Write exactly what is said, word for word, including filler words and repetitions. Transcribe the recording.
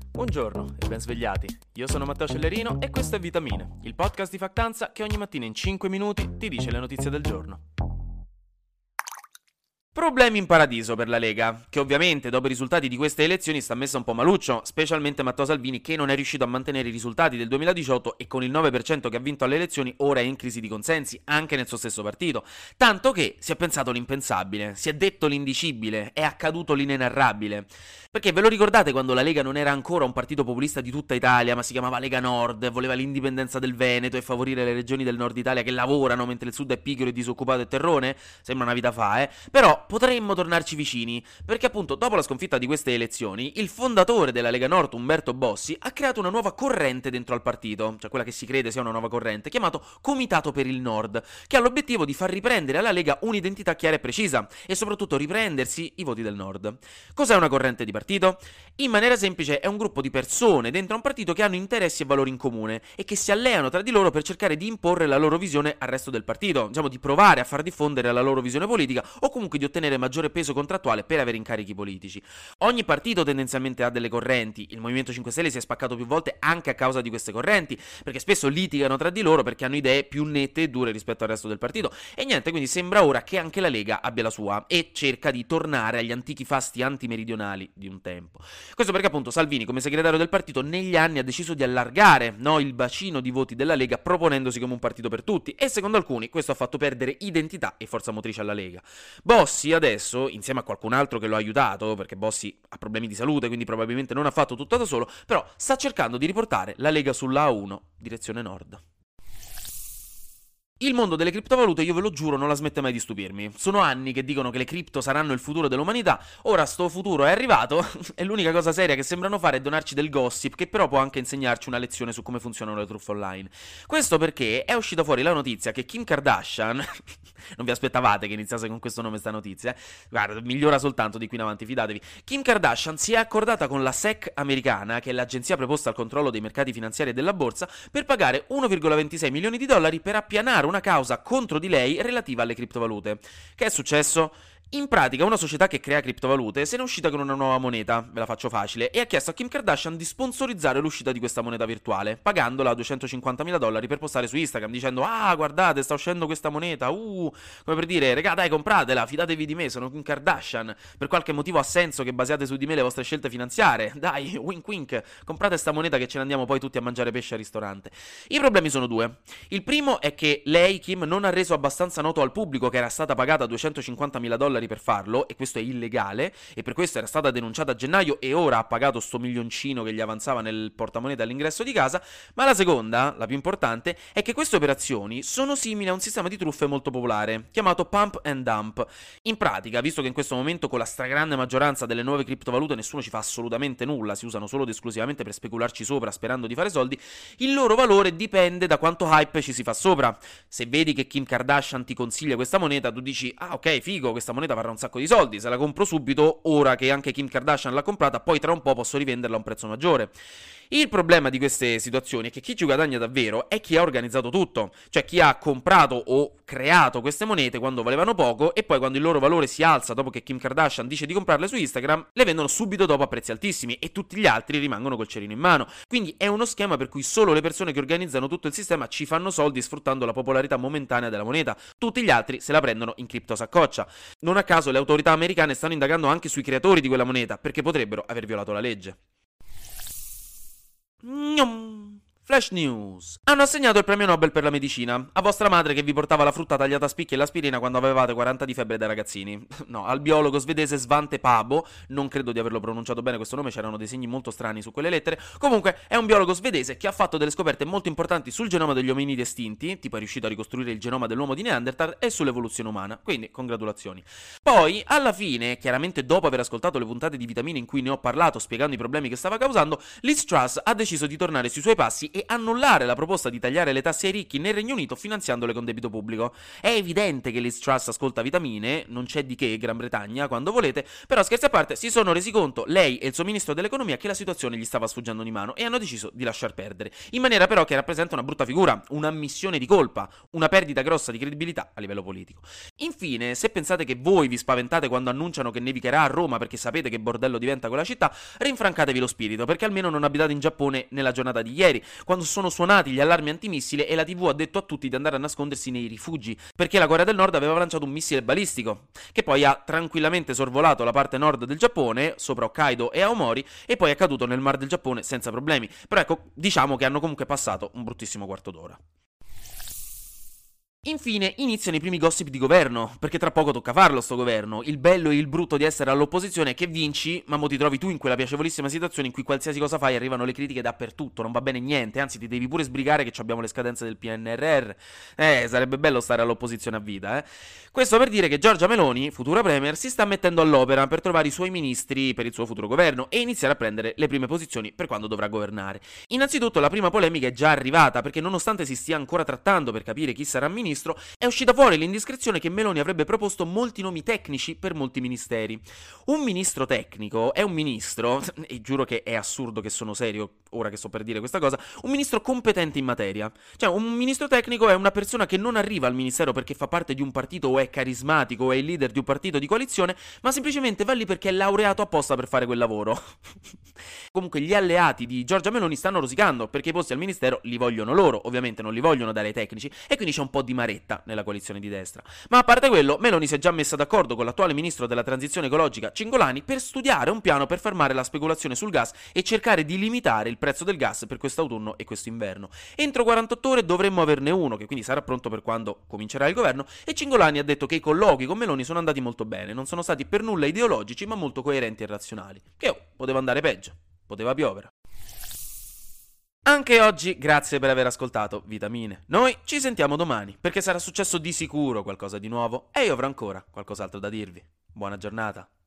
Buongiorno e ben svegliati, io sono Matteo Cellerino e questo è Vitamine, il podcast di Factanza che ogni mattina in cinque minuti ti dice le notizie del giorno. Problemi in paradiso per la Lega, che ovviamente dopo i risultati di queste elezioni sta messa un po' maluccio, specialmente Matteo Salvini che non è riuscito a mantenere i risultati del duemiladiciotto e con il nove per cento che ha vinto alle elezioni ora è in crisi di consensi, anche nel suo stesso partito, tanto che si è pensato l'impensabile, si è detto l'indicibile, è accaduto l'inenarrabile. Perché ve lo ricordate quando la Lega non era ancora un partito populista di tutta Italia, ma si chiamava Lega Nord, voleva l'indipendenza del Veneto e favorire le regioni del nord Italia che lavorano mentre il sud è pigro e disoccupato e terrone? Sembra una vita fa, eh? Però potremmo tornarci vicini, perché appunto dopo la sconfitta di queste elezioni, il fondatore della Lega Nord, Umberto Bossi, ha creato una nuova corrente dentro al partito, cioè quella che si crede sia una nuova corrente, chiamato Comitato per il Nord, che ha l'obiettivo di far riprendere alla Lega un'identità chiara e precisa, e soprattutto riprendersi i voti del Nord. Cos'è una corrente di partito? In maniera semplice è un gruppo di persone dentro un partito che hanno interessi e valori in comune e che si alleano tra di loro per cercare di imporre la loro visione al resto del partito, diciamo di provare a far diffondere la loro visione politica o comunque di ottenere maggiore peso contrattuale per avere incarichi politici. Ogni partito tendenzialmente ha delle correnti, il Movimento cinque Stelle si è spaccato più volte anche a causa di queste correnti, perché spesso litigano tra di loro perché hanno idee più nette e dure rispetto al resto del partito. E niente, quindi sembra ora che anche la Lega abbia la sua e cerca di tornare agli antichi fasti antimeridionali di un tempo. Questo perché appunto Salvini, come segretario del partito, negli anni ha deciso di allargare, no, il bacino di voti della Lega proponendosi come un partito per tutti e secondo alcuni questo ha fatto perdere identità e forza motrice alla Lega. Bossi adesso, insieme a qualcun altro che lo ha aiutato, perché Bossi ha problemi di salute quindi probabilmente non ha fatto tutto da solo, però sta cercando di riportare la Lega sulla A uno, direzione nord. Il mondo delle criptovalute, io ve lo giuro, non la smette mai di stupirmi. Sono anni che dicono che le cripto saranno il futuro dell'umanità, ora sto futuro è arrivato e l'unica cosa seria che sembrano fare è donarci del gossip, che però può anche insegnarci una lezione su come funzionano le truffe online. Questo perché è uscita fuori la notizia che Kim Kardashian, non vi aspettavate che iniziasse con questo nome sta notizia, eh? Guarda, migliora soltanto di qui in avanti, fidatevi. Kim Kardashian si è accordata con la S E C americana, che è l'agenzia preposta al controllo dei mercati finanziari e della borsa, per pagare uno virgola ventisei milioni di dollari per appianare una causa contro di lei relativa alle criptovalute. Che è successo? In pratica una società che crea criptovalute se ne è uscita con una nuova moneta, ve la faccio facile, e ha chiesto a Kim Kardashian di sponsorizzare l'uscita di questa moneta virtuale, pagandola duecentocinquantamila dollari per postare su Instagram dicendo ah guardate sta uscendo questa moneta, uh, come per dire regà dai compratela, fidatevi di me, sono Kim Kardashian, per qualche motivo ha senso che basiate su di me le vostre scelte finanziarie, dai wink wink, comprate sta moneta che ce ne andiamo poi tutti a mangiare pesce al ristorante. I problemi sono due, il primo è che lei, Kim, non ha reso abbastanza noto al pubblico che era stata pagata duecentocinquantamila dollari per farlo e questo è illegale e per questo era stata denunciata a gennaio e ora ha pagato sto milioncino che gli avanzava nel portamoneta all'ingresso di casa. Ma la seconda, la più importante, è che queste operazioni sono simili a un sistema di truffe molto popolare chiamato pump and dump. In pratica, visto che in questo momento con la stragrande maggioranza delle nuove criptovalute nessuno ci fa assolutamente nulla, si usano solo ed esclusivamente per specularci sopra sperando di fare soldi, il loro valore dipende da quanto hype ci si fa sopra. Se vedi che Kim Kardashian ti consiglia questa moneta, tu dici ah ok figo, questa moneta varrà un sacco di soldi, se la compro subito, ora che anche Kim Kardashian l'ha comprata, poi tra un po' posso rivenderla a un prezzo maggiore. Il problema di queste situazioni è che chi ci guadagna davvero è chi ha organizzato tutto, cioè chi ha comprato o creato queste monete quando valevano poco e poi quando il loro valore si alza dopo che Kim Kardashian dice di comprarle su Instagram, le vendono subito dopo a prezzi altissimi e tutti gli altri rimangono col cerino in mano. Quindi è uno schema per cui solo le persone che organizzano tutto il sistema ci fanno soldi sfruttando la popolarità momentanea della moneta, tutti gli altri se la prendono in criptosaccoccia. Non a caso le autorità americane stanno indagando anche sui creatori di quella moneta perché potrebbero aver violato la legge. Gnom. Flash News. Hanno assegnato il premio Nobel per la medicina a vostra madre che vi portava la frutta tagliata a spicchi e l'aspirina quando avevate quaranta di febbre da ragazzini. No, al biologo svedese Svante Pabo, non credo di averlo pronunciato bene questo nome, c'erano dei segni molto strani su quelle lettere. Comunque è un biologo svedese che ha fatto delle scoperte molto importanti sul genoma degli ominidi estinti, tipo è riuscito a ricostruire il genoma dell'uomo di Neanderthal, e sull'evoluzione umana, quindi congratulazioni. Poi, alla fine, chiaramente dopo aver ascoltato le puntate di Vitamine in cui ne ho parlato spiegando i problemi che stava causando, Liz Truss ha deciso di tornare sui suoi passi e e annullare la proposta di tagliare le tasse ai ricchi nel Regno Unito finanziandole con debito pubblico. È evidente che Liz Truss ascolta Vitamine, non c'è di che Gran Bretagna, quando volete, però scherzi a parte si sono resi conto, lei e il suo ministro dell'economia, che la situazione gli stava sfuggendo di mano e hanno deciso di lasciar perdere, in maniera però che rappresenta una brutta figura, un'ammissione di colpa, una perdita grossa di credibilità a livello politico. Infine, se pensate che voi vi spaventate quando annunciano che nevicherà a Roma perché sapete che bordello diventa quella città, rinfrancatevi lo spirito, perché almeno non abitate in Giappone nella giornata di ieri, quando sono suonati gli allarmi antimissile e la tivù ha detto a tutti di andare a nascondersi nei rifugi, perché la Corea del Nord aveva lanciato un missile balistico, che poi ha tranquillamente sorvolato la parte nord del Giappone, sopra Hokkaido e Aomori, e poi è caduto nel mar del Giappone senza problemi. Però ecco, diciamo che hanno comunque passato un bruttissimo quarto d'ora. Infine iniziano i primi gossip di governo, perché tra poco tocca farlo sto governo. Il bello e il brutto di essere all'opposizione è che vinci, ma mo ti trovi tu in quella piacevolissima situazione in cui qualsiasi cosa fai arrivano le critiche dappertutto, non va bene niente, anzi ti devi pure sbrigare che abbiamo le scadenze del P N R R. Eh, sarebbe bello stare all'opposizione a vita, eh. Questo per dire che Giorgia Meloni, futura premier, si sta mettendo all'opera per trovare i suoi ministri per il suo futuro governo e iniziare a prendere le prime posizioni per quando dovrà governare. Innanzitutto la prima polemica è già arrivata, perché nonostante si stia ancora trattando per capire chi sarà ministro, è uscita fuori l'indiscrezione che Meloni avrebbe proposto molti nomi tecnici per molti ministeri. Un ministro tecnico è un ministro, e giuro che è assurdo che sono serio ora che sto per dire questa cosa, un ministro competente in materia. Cioè, un ministro tecnico è una persona che non arriva al ministero perché fa parte di un partito o è carismatico o è il leader di un partito di coalizione, ma semplicemente va lì perché è laureato apposta per fare quel lavoro. Comunque gli alleati di Giorgia Meloni stanno rosicando, perché i posti al ministero li vogliono loro, ovviamente non li vogliono dare ai tecnici, e quindi c'è un po' di maretta nella coalizione di destra. Ma a parte quello, Meloni si è già messa d'accordo con l'attuale ministro della transizione ecologica Cingolani per studiare un piano per fermare la speculazione sul gas e cercare di limitare il prezzo del gas per quest'autunno e quest'inverno. Entro quarantotto ore dovremmo averne uno, che quindi sarà pronto per quando comincerà il governo, e Cingolani ha detto che i colloqui con Meloni sono andati molto bene, non sono stati per nulla ideologici ma molto coerenti e razionali. Che oh, poteva andare peggio, poteva piovere. Anche oggi grazie per aver ascoltato Vitamine. Noi ci sentiamo domani, perché sarà successo di sicuro qualcosa di nuovo e io avrò ancora qualcos'altro da dirvi. Buona giornata.